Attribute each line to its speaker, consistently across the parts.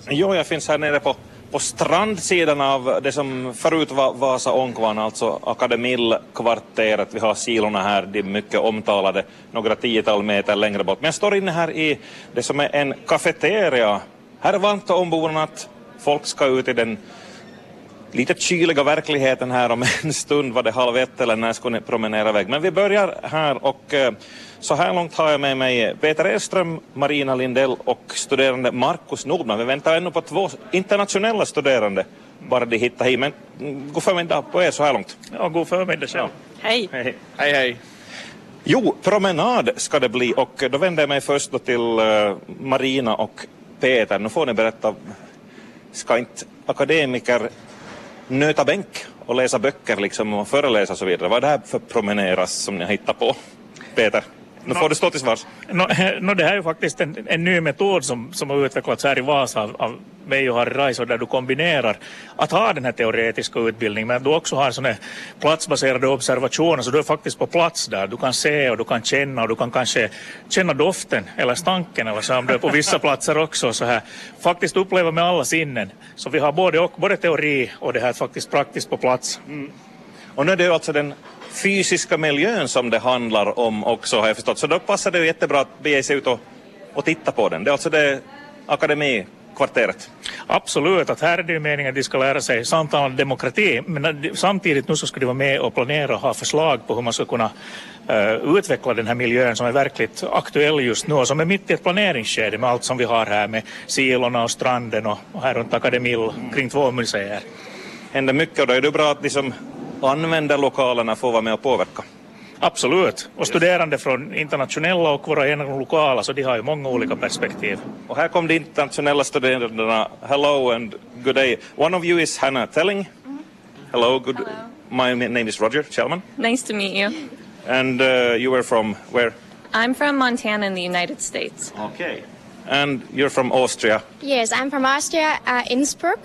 Speaker 1: Jo, jag finns här nere på strandsidan av det som förut var Vasa Onkvarn, alltså Akademillkvarteret. Vi har silorna här, de mycket omtalade, några 10-tal meter längre bort. Men jag står inne här i det som är en kafeteria. Här är varmt och ombonat. Folk ska ut i den lite kyliga verkligheten här om en stund, var det 12:30 eller när ska ni promenera iväg. Men vi börjar här och så här långt har jag med mig Peter Edström, Marina Lindell och studerande Markus Nordman. Vi väntar ännu på 2 internationella studerande, bara de hittar hit. Men god förmiddag på er så här långt.
Speaker 2: Ja, god förmiddag själv.
Speaker 1: Ja.
Speaker 3: Hej.
Speaker 1: Hej.
Speaker 2: Hej, hej.
Speaker 1: Jo, promenad ska det bli och då vänder jag mig först då till Marina och Peter. Nu får ni berätta, ska inte akademiker nöta bänk och läsa böcker liksom och föreläsa och så vidare? Vad är det här för promeneras som ni har hittat på? Peter, nu får du stå till svars.
Speaker 2: Det här är ju faktiskt en ny metod som har utvecklats här i Vasa av mig och Harry Raiso, där du kombinerar att ha den här teoretiska utbildningen men du också har sådana platsbaserade observationer, så du är faktiskt på plats där. Du kan se och du kan känna och du kan kanske känna doften eller stanken eller så, om du är på vissa platser också. Så här faktiskt uppleva med alla sinnen. Så vi har både teori och det här faktiskt praktiskt på plats.
Speaker 1: Mm. Och nu är det ju alltså den fysiska miljön som det handlar om också, har jag förstått. Så då passar det ju jättebra att bege sig ut och titta på den. Det är alltså det akademikvarteret.
Speaker 2: Absolut, att här är det ju meningen att de ska lära sig samtal om demokrati, men samtidigt nu så ska de vara med och planera och ha förslag på hur man ska kunna utveckla den här miljön som är verkligt aktuell just nu och som är mitt i ett planeringsskede med allt som vi har här med silorna och stranden och här runt Akademill kring 2 museer.
Speaker 1: Händer mycket och då är det bra att de som använder lokalerna får vara med och påverka.
Speaker 2: Absolut. Och studerande från internationella och våra egna lokala, så de har ju många olika perspektiv.
Speaker 1: Och här kom de internationella studenterna. Hello and good day. One of you is Hannah Telling. Hello, good. Hello. My name is Roger Chelman.
Speaker 3: Nice to meet you.
Speaker 1: And you were from where?
Speaker 3: I'm from Montana in the United States.
Speaker 1: Okay. And you're from Austria.
Speaker 4: Yes, I'm from Austria, Innsbruck.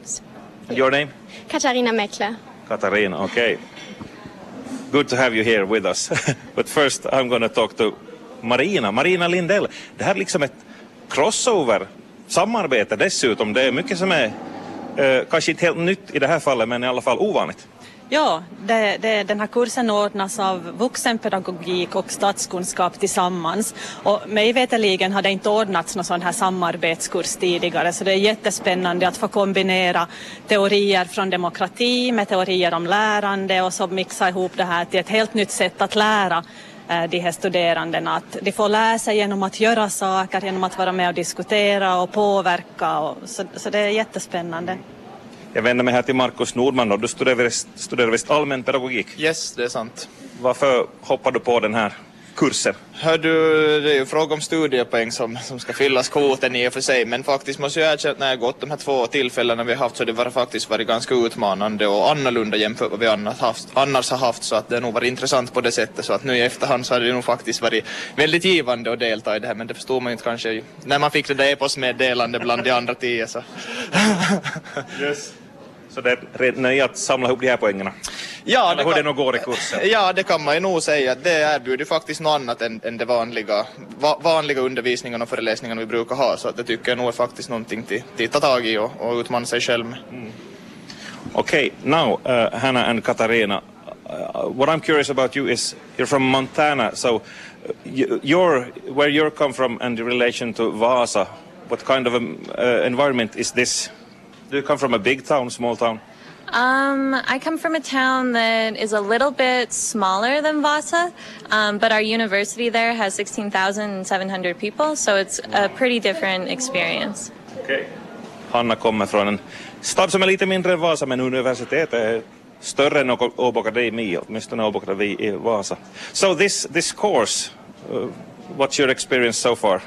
Speaker 1: And your name?
Speaker 4: Katarina Meckler.
Speaker 1: Katarina, okay. Good to have you here with us. But first I'm going to talk to Marina Lindell. Det här är liksom ett crossover-samarbete dessutom. Det är mycket som är kanske inte helt nytt i det här fallet, men i alla fall ovanligt.
Speaker 5: Ja, den här kursen ordnas av vuxenpedagogik och statskunskap tillsammans. Och mig veterligen har det inte ordnats någon sån här samarbetskurs tidigare, så det är jättespännande att få kombinera teorier från demokrati med teorier om lärande och så mixa ihop det här till ett helt nytt sätt att lära de här studerandena. Att de får läsa genom att göra saker, genom att vara med och diskutera och påverka. Så det är jättespännande.
Speaker 1: Jag vänder mig här till Markus Nordman och du studerar visst allmän pedagogik.
Speaker 6: Yes, det är sant.
Speaker 1: Varför hoppar du på den här kursen?
Speaker 6: Hör du, det är ju fråga om studiepoäng som ska fyllas kvoten i och för sig, men faktiskt måste jag erkänna att när jag gått de här 2 tillfällena vi har haft så det var faktiskt varit ganska utmanande och annorlunda jämfört med vad vi annars har haft, så att det har nog varit intressant på det sättet, så att nu i efterhand så har det nog faktiskt varit väldigt givande att delta i det här, men det förstår man ju inte kanske när man fick det där e-postmeddelande bland de andra 10 så.
Speaker 1: Yes. Så det är rätt nöje att samla ihop de här poängerna?
Speaker 6: Ja,
Speaker 1: eller hur det nog går i kursen?
Speaker 6: Ja, det kan man ju nog säga. Det erbjuder faktiskt något annat än det vanliga undervisningen och föreläsningarna vi brukar ha. Så att det tycker jag nog är faktiskt någonting till ta tag i och utmana sig själv med.
Speaker 1: Okay, now Hannah and Katarina, what I'm curious about you is you're from Montana, so where you come from and in relation to Vasa, what kind of environment is this? Do you come from a big town, small town?
Speaker 3: I come from a town that is a little bit smaller than Vasa, but our university there has 16,700 people, so it's a pretty different experience.
Speaker 1: Okay. Hanna kommer från en stad som är lite mindre än Vasa, men universitetet är större än Åbo Akademi, åtminstone Åbo Akademi i Vasa. So this course, what's your experience so far?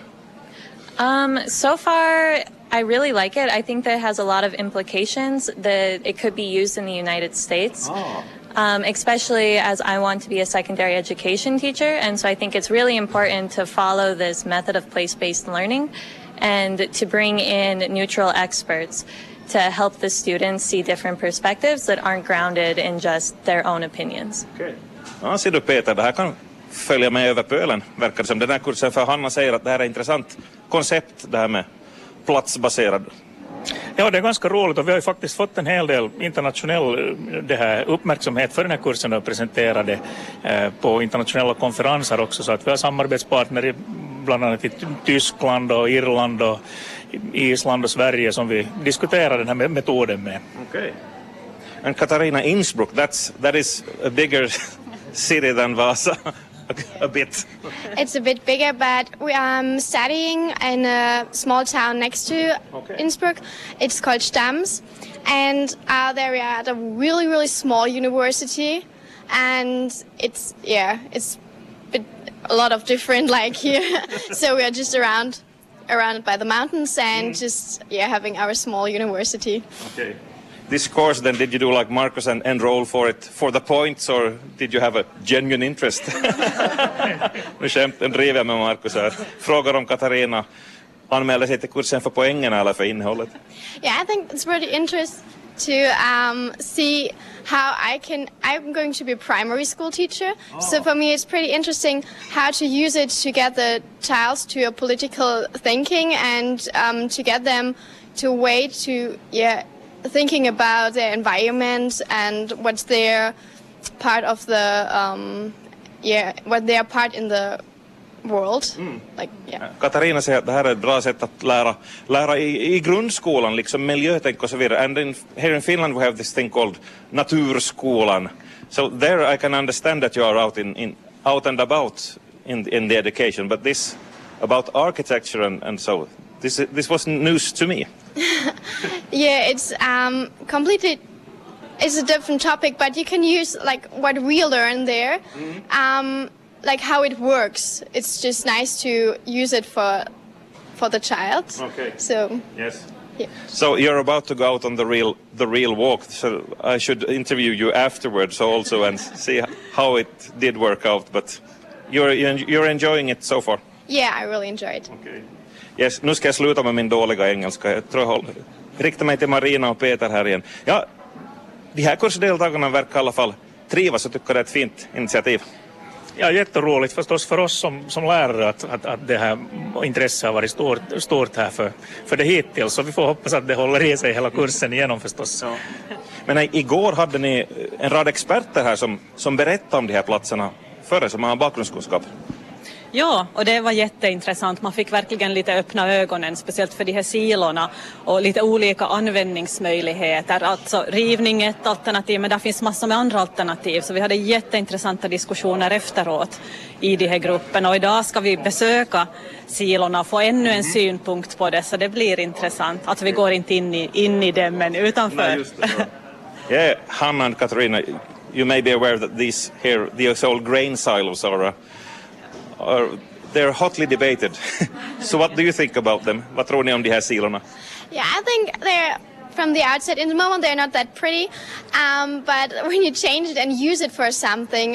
Speaker 3: So far, I really like it. I think that it has a lot of implications that it could be used in the United States, especially as I want to be a secondary education teacher. And so I think it's really important to follow this method of place-based learning and to bring in neutral experts to help the students see different perspectives that aren't grounded in just their own opinions.
Speaker 1: Okay. Ja, ser du Peter, det här kan följa med över pölen, verkar det som. Den här kursen, för Hanna säger att det här är intressant koncept, det här med platsbaserad
Speaker 2: Ja, det är ganska roligt och vi har ju faktiskt fått en hel del internationell uppmärksamhet för den här kursen och presenterade på internationella konferenser också, så att vi har samarbetspartner bland annat i Tyskland och Irland och Island och Sverige som vi diskuterar den här metoden med.
Speaker 1: Okay. And Katarina, Innsbruck, that is a bigger city than Vasa. A bit.
Speaker 4: It's a bit bigger, but I'm studying in a small town next to Innsbruck. It's called Stams, and there we are at a really, really small university, and it's a lot of different like here. So we are just around by the mountains and just having our small university.
Speaker 1: Okay. This course, then, did you do like Marcus and enroll for it for the points, or did you have a genuine interest? Nu driver jag med Marcus här. Frågar om Katarina anmälde sig till kursen för poängen eller för innehållet?
Speaker 4: Yeah, I think it's really interesting to see how I'm going to be a primary school teacher. So for me it's pretty interesting how to use it to get the child to a political thinking and to get them to wait to thinking about their environment and what's their part of the what their part in the world.
Speaker 1: Katarina säger att det här är ett bra sätt att lära i grundskolan liksom miljötänk och så vidare. And here in Finland we have this thing called naturskolan. So there I can understand that you are out and about in the education, but this about architecture and so this was news to me.
Speaker 4: Yeah, it's completely. It's a different topic, but you can use like what we learn there, like how it works. It's just nice to use it for the child.
Speaker 1: Okay.
Speaker 4: So
Speaker 1: yes.
Speaker 4: Yeah.
Speaker 1: So you're about to go out on the real walk. So I should interview you afterwards also and see how it did work out. But you're enjoying it so far.
Speaker 4: Yeah, I really enjoy it.
Speaker 1: Okay. Yes, nu ska jag sluta med min dåliga engelska. Jag tror jag riktar mig till Marina och Peter här igen. Ja, de här kursdeltagarna verkar i alla fall trivas och tycker det är ett fint initiativ.
Speaker 2: Ja, jätteroligt förstås för oss som lärare att det här intresset har varit stort här för det hittills. Så vi får hoppas att det håller i sig hela kursen igenom förstås.
Speaker 1: Ja. Men igår hade ni en rad experter här som berättade om de här platserna före, som har bakgrundskunskap.
Speaker 5: Ja, och det var jätteintressant. Man fick verkligen lite öppna ögonen, speciellt för de här silorna och lite olika användningsmöjligheter. Alltså rivning är ett alternativ, men där finns massor med andra alternativ. Så vi hade jätteintressanta diskussioner efteråt i de här grupperna. Och idag ska vi besöka silorna och få ännu en synpunkt på det. Så det blir intressant att vi går inte in i dem, men utanför.
Speaker 1: Nej, just det. Yeah, Hanna and Katarina, you may be aware that these old grain silos are they're hotly debated. So what do you think about them? Vad tror ni om de här silorna?
Speaker 4: Yeah, I think they're from the outside. In the moment, they're not that pretty, but when you change it and use it for something,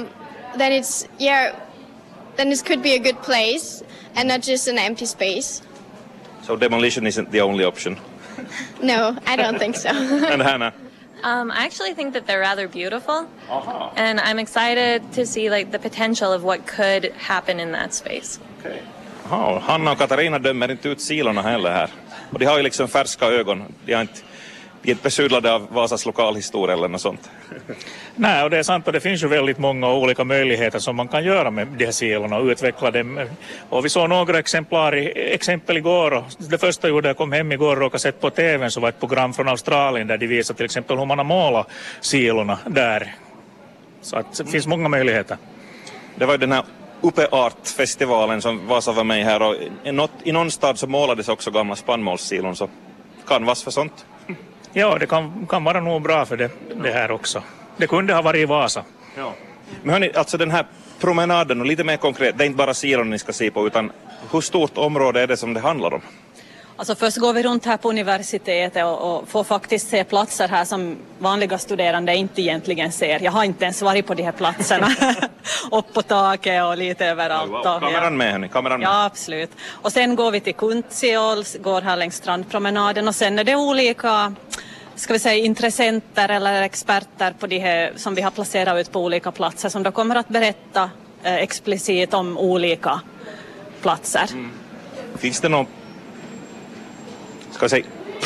Speaker 4: then it could be a good place and not just an empty space.
Speaker 1: So demolition isn't the only option.
Speaker 4: No, I don't think so.
Speaker 1: And Hannah?
Speaker 3: I actually think that they're rather beautiful, and I'm excited to see like the potential of what could happen in that space.
Speaker 1: Okay. Hanna och Katarina dömer inte ut silorna heller här. Och de har ju liksom färska ögon. De är inte besudlade av Vasas lokalhistoria eller något sånt.
Speaker 2: Nej, och det är sant, och det finns ju väldigt många olika möjligheter som man kan göra med de här silorna och utveckla dem. Och vi såg några exempel igår, och det första jag kom hem igår och råkade sett på tvn, så var ett program från Australien där de visar till exempel hur man har målat silorna där. Så att det finns många möjligheter.
Speaker 1: Det var ju den här Upeart-festivalen som Vasa var med här, och i någon stad så målades också gamla spannmålssilon, så kan vara för sånt.
Speaker 2: Ja, det kan vara nog bra för det här också. Det kunde ha varit i Vasa.
Speaker 1: Ja. Men hörni, alltså den här promenaden, och lite mer konkret, det är inte bara silon ni ska se på, utan hur stort område är det som det handlar om?
Speaker 5: Alltså först går vi runt här på universitetet och får faktiskt se platser här som vanliga studerande inte egentligen ser. Jag har inte ens varit på de här platserna. Upp på taket och lite överallt.
Speaker 1: Wow. Kameran med henne, kameran med.
Speaker 5: Ja, absolut. Och sen går vi till Kuntsiol, går här längs strandpromenaden, och sen är det olika, ska vi säga, intressenter eller experter på de här som vi har placerat ut på olika platser, som då kommer att berätta explicit om olika platser.
Speaker 1: Finns det någon, ska jag säga,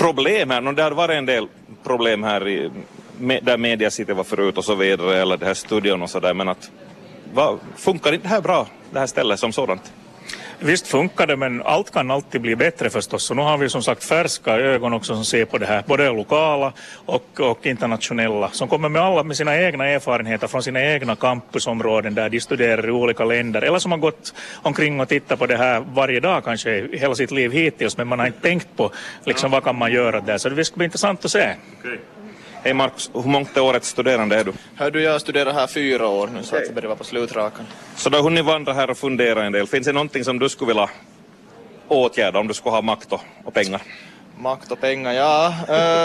Speaker 1: problem här. Det har varit en del problem här där media sitter var förut och så vidare, eller det här studion och sådär, men att funkar inte det här bra, det här stället som sådant?
Speaker 2: Visst funkar det, men allt kan alltid bli bättre förstås. Så nu har vi som sagt färska ögon också som ser på det här, både lokala och internationella, som kommer med alla med sina egna erfarenheter från sina egna campusområden där de studerar i olika länder, eller som har gått omkring och tittat på det här varje dag kanske hela sitt liv hittills, men man har inte tänkt på liksom vad kan man göra där, så det ska bli intressant att se.
Speaker 1: Okay. Hej Markus, hur många årets studerande är du?
Speaker 6: Jag studerar här 4 år nu, så att jag börjar på slutrakan.
Speaker 1: Så då har ni vandra här och fundera en del. Finns det någonting som du skulle vilja åtgärda om du skulle ha makt och pengar?
Speaker 6: Makt och pengar, ja.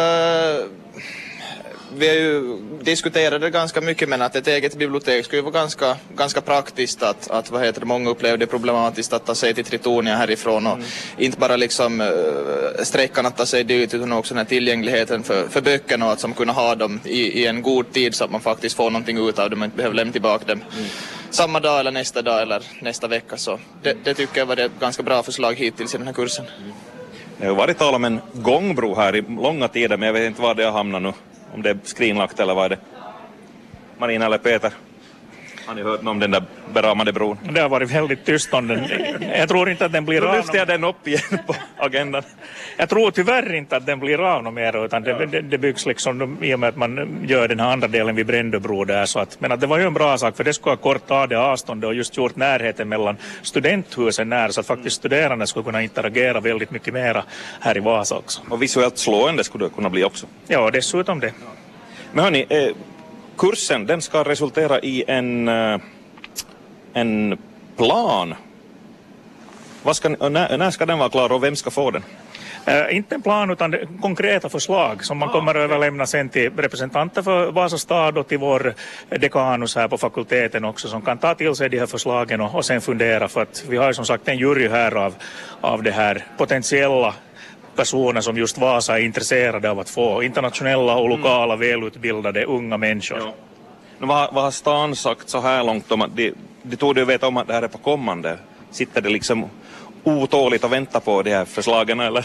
Speaker 6: Vi har ju diskuterat det ganska mycket, men att ett eget bibliotek skulle vara ganska praktiskt att många upplever det problematiskt att ta sig till Tritonia härifrån och inte bara liksom sträckan att ta sig dit, utan också den här tillgängligheten för böckerna och att som kunna ha dem i en god tid så att man faktiskt får någonting ut av dem och inte behöver lämna tillbaka dem samma dag eller nästa dag eller nästa vecka. Så det tycker jag var ett ganska bra förslag hittills i den här kursen.
Speaker 1: Det har varit tal om en gångbro här i långa tider, men jag vet inte var det har hamnat nu. Om det är skrinlagt eller vad är det? Marina eller Peter? Har ni hört om den där beramade bron?
Speaker 2: Det har varit väldigt tyst om den. Jag tror inte att den blir av.
Speaker 1: Då lyfter jag den upp igen på agendan.
Speaker 2: Jag tror tyvärr inte att den blir av något mer, utan det byggs liksom i och med att man gör den här andra delen vid Brändöbro där. Så att, men att det var ju en bra sak, för det skulle ha kortat det avståndet och just gjort närheten mellan studenthusen nära, så att faktiskt studerande skulle kunna interagera väldigt mycket mera här i Vasa också.
Speaker 1: Och visuellt slående skulle det kunna bli också.
Speaker 2: Ja, dessutom det.
Speaker 1: Men hörni, kursen den ska resultera i en plan. När ska den vara klar och vem ska få den?
Speaker 2: Inte en plan utan konkreta förslag som man kommer att överlämna sen till representanter för Vasa stad och till vår dekanus här på fakulteten också, som kan ta till sig de här förslagen och sen fundera, för att vi har ju som sagt en jury här av det här potentiella personer som just Vasa är intresserade av att få, internationella och lokala välutbildade unga människor.
Speaker 1: Ja. Vad har stan sagt så här långt om att de tog ju veta om att det här är på kommande? Sitter det liksom otåligt och väntar på de här förslagen eller?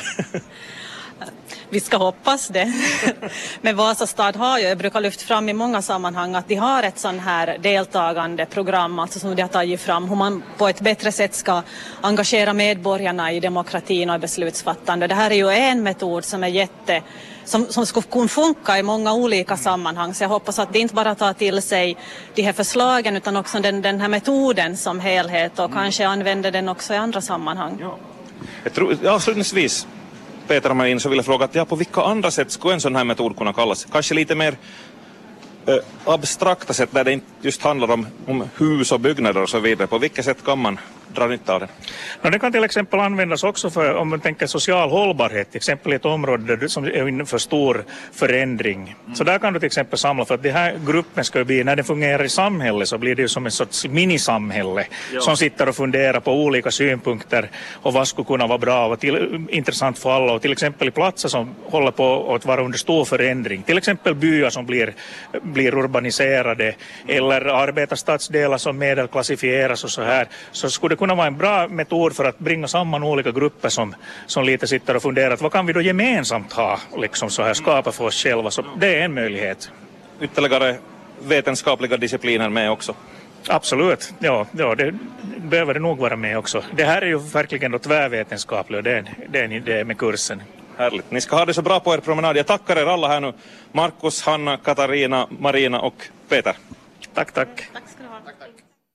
Speaker 5: Vi ska hoppas det. Men Vasa stad har ju, jag brukar lyfta fram i många sammanhang att de har ett sån här deltagande program, alltså som de har tagit fram, hur man på ett bättre sätt ska engagera medborgarna i demokratin och i beslutsfattande. Det här är ju en metod som är som skulle kunna funka i många olika sammanhang, så jag hoppas att det inte bara tar till sig de här förslagen utan också den här metoden som helhet och kanske använder den också i andra sammanhang.
Speaker 1: Ja. Jag tror, avslutningsvis Peter och Marina, så vill jag fråga att på vilka andra sätt skulle en sån här metod kunna kallas? Kanske lite mer abstrakta sätt där det inte just handlar om hus och byggnader och så vidare. På vilket sätt kan man dra nytta av det?
Speaker 2: Det kan till exempel användas också för, om man tänker social hållbarhet, till exempel i ett område som är inför stor förändring. Så där kan du till exempel samla, för att den här gruppen ska bli, när den fungerar i samhället så blir det ju som en sorts minisamhälle som sitter och funderar på olika synpunkter och vad skulle kunna vara bra och intressant för alla. Och till exempel i platser som håller på att vara under stor förändring, till exempel byar som blir urbaniserade eller arbetarstadsdelar som medelklassifieras och så här, så skulle det kunna vara en bra metod för att bringa samman olika grupper som lite sitter och funderar vad kan vi då gemensamt ha, liksom så här, skapa för oss själva. Så det är en möjlighet. Ytterligare
Speaker 1: vetenskapliga discipliner med också?
Speaker 2: Absolut, ja det behöver det nog vara med också. Det här är ju verkligen då tvärvetenskapligt och det är en idé med kursen.
Speaker 1: Härligt. Ni ska ha det så bra på er promenad. Jag tackar er alla här nu. Markus, Hanna, Katarina, Marina och Peter.
Speaker 2: Tack.
Speaker 5: Tack ska du ha.
Speaker 6: Tack.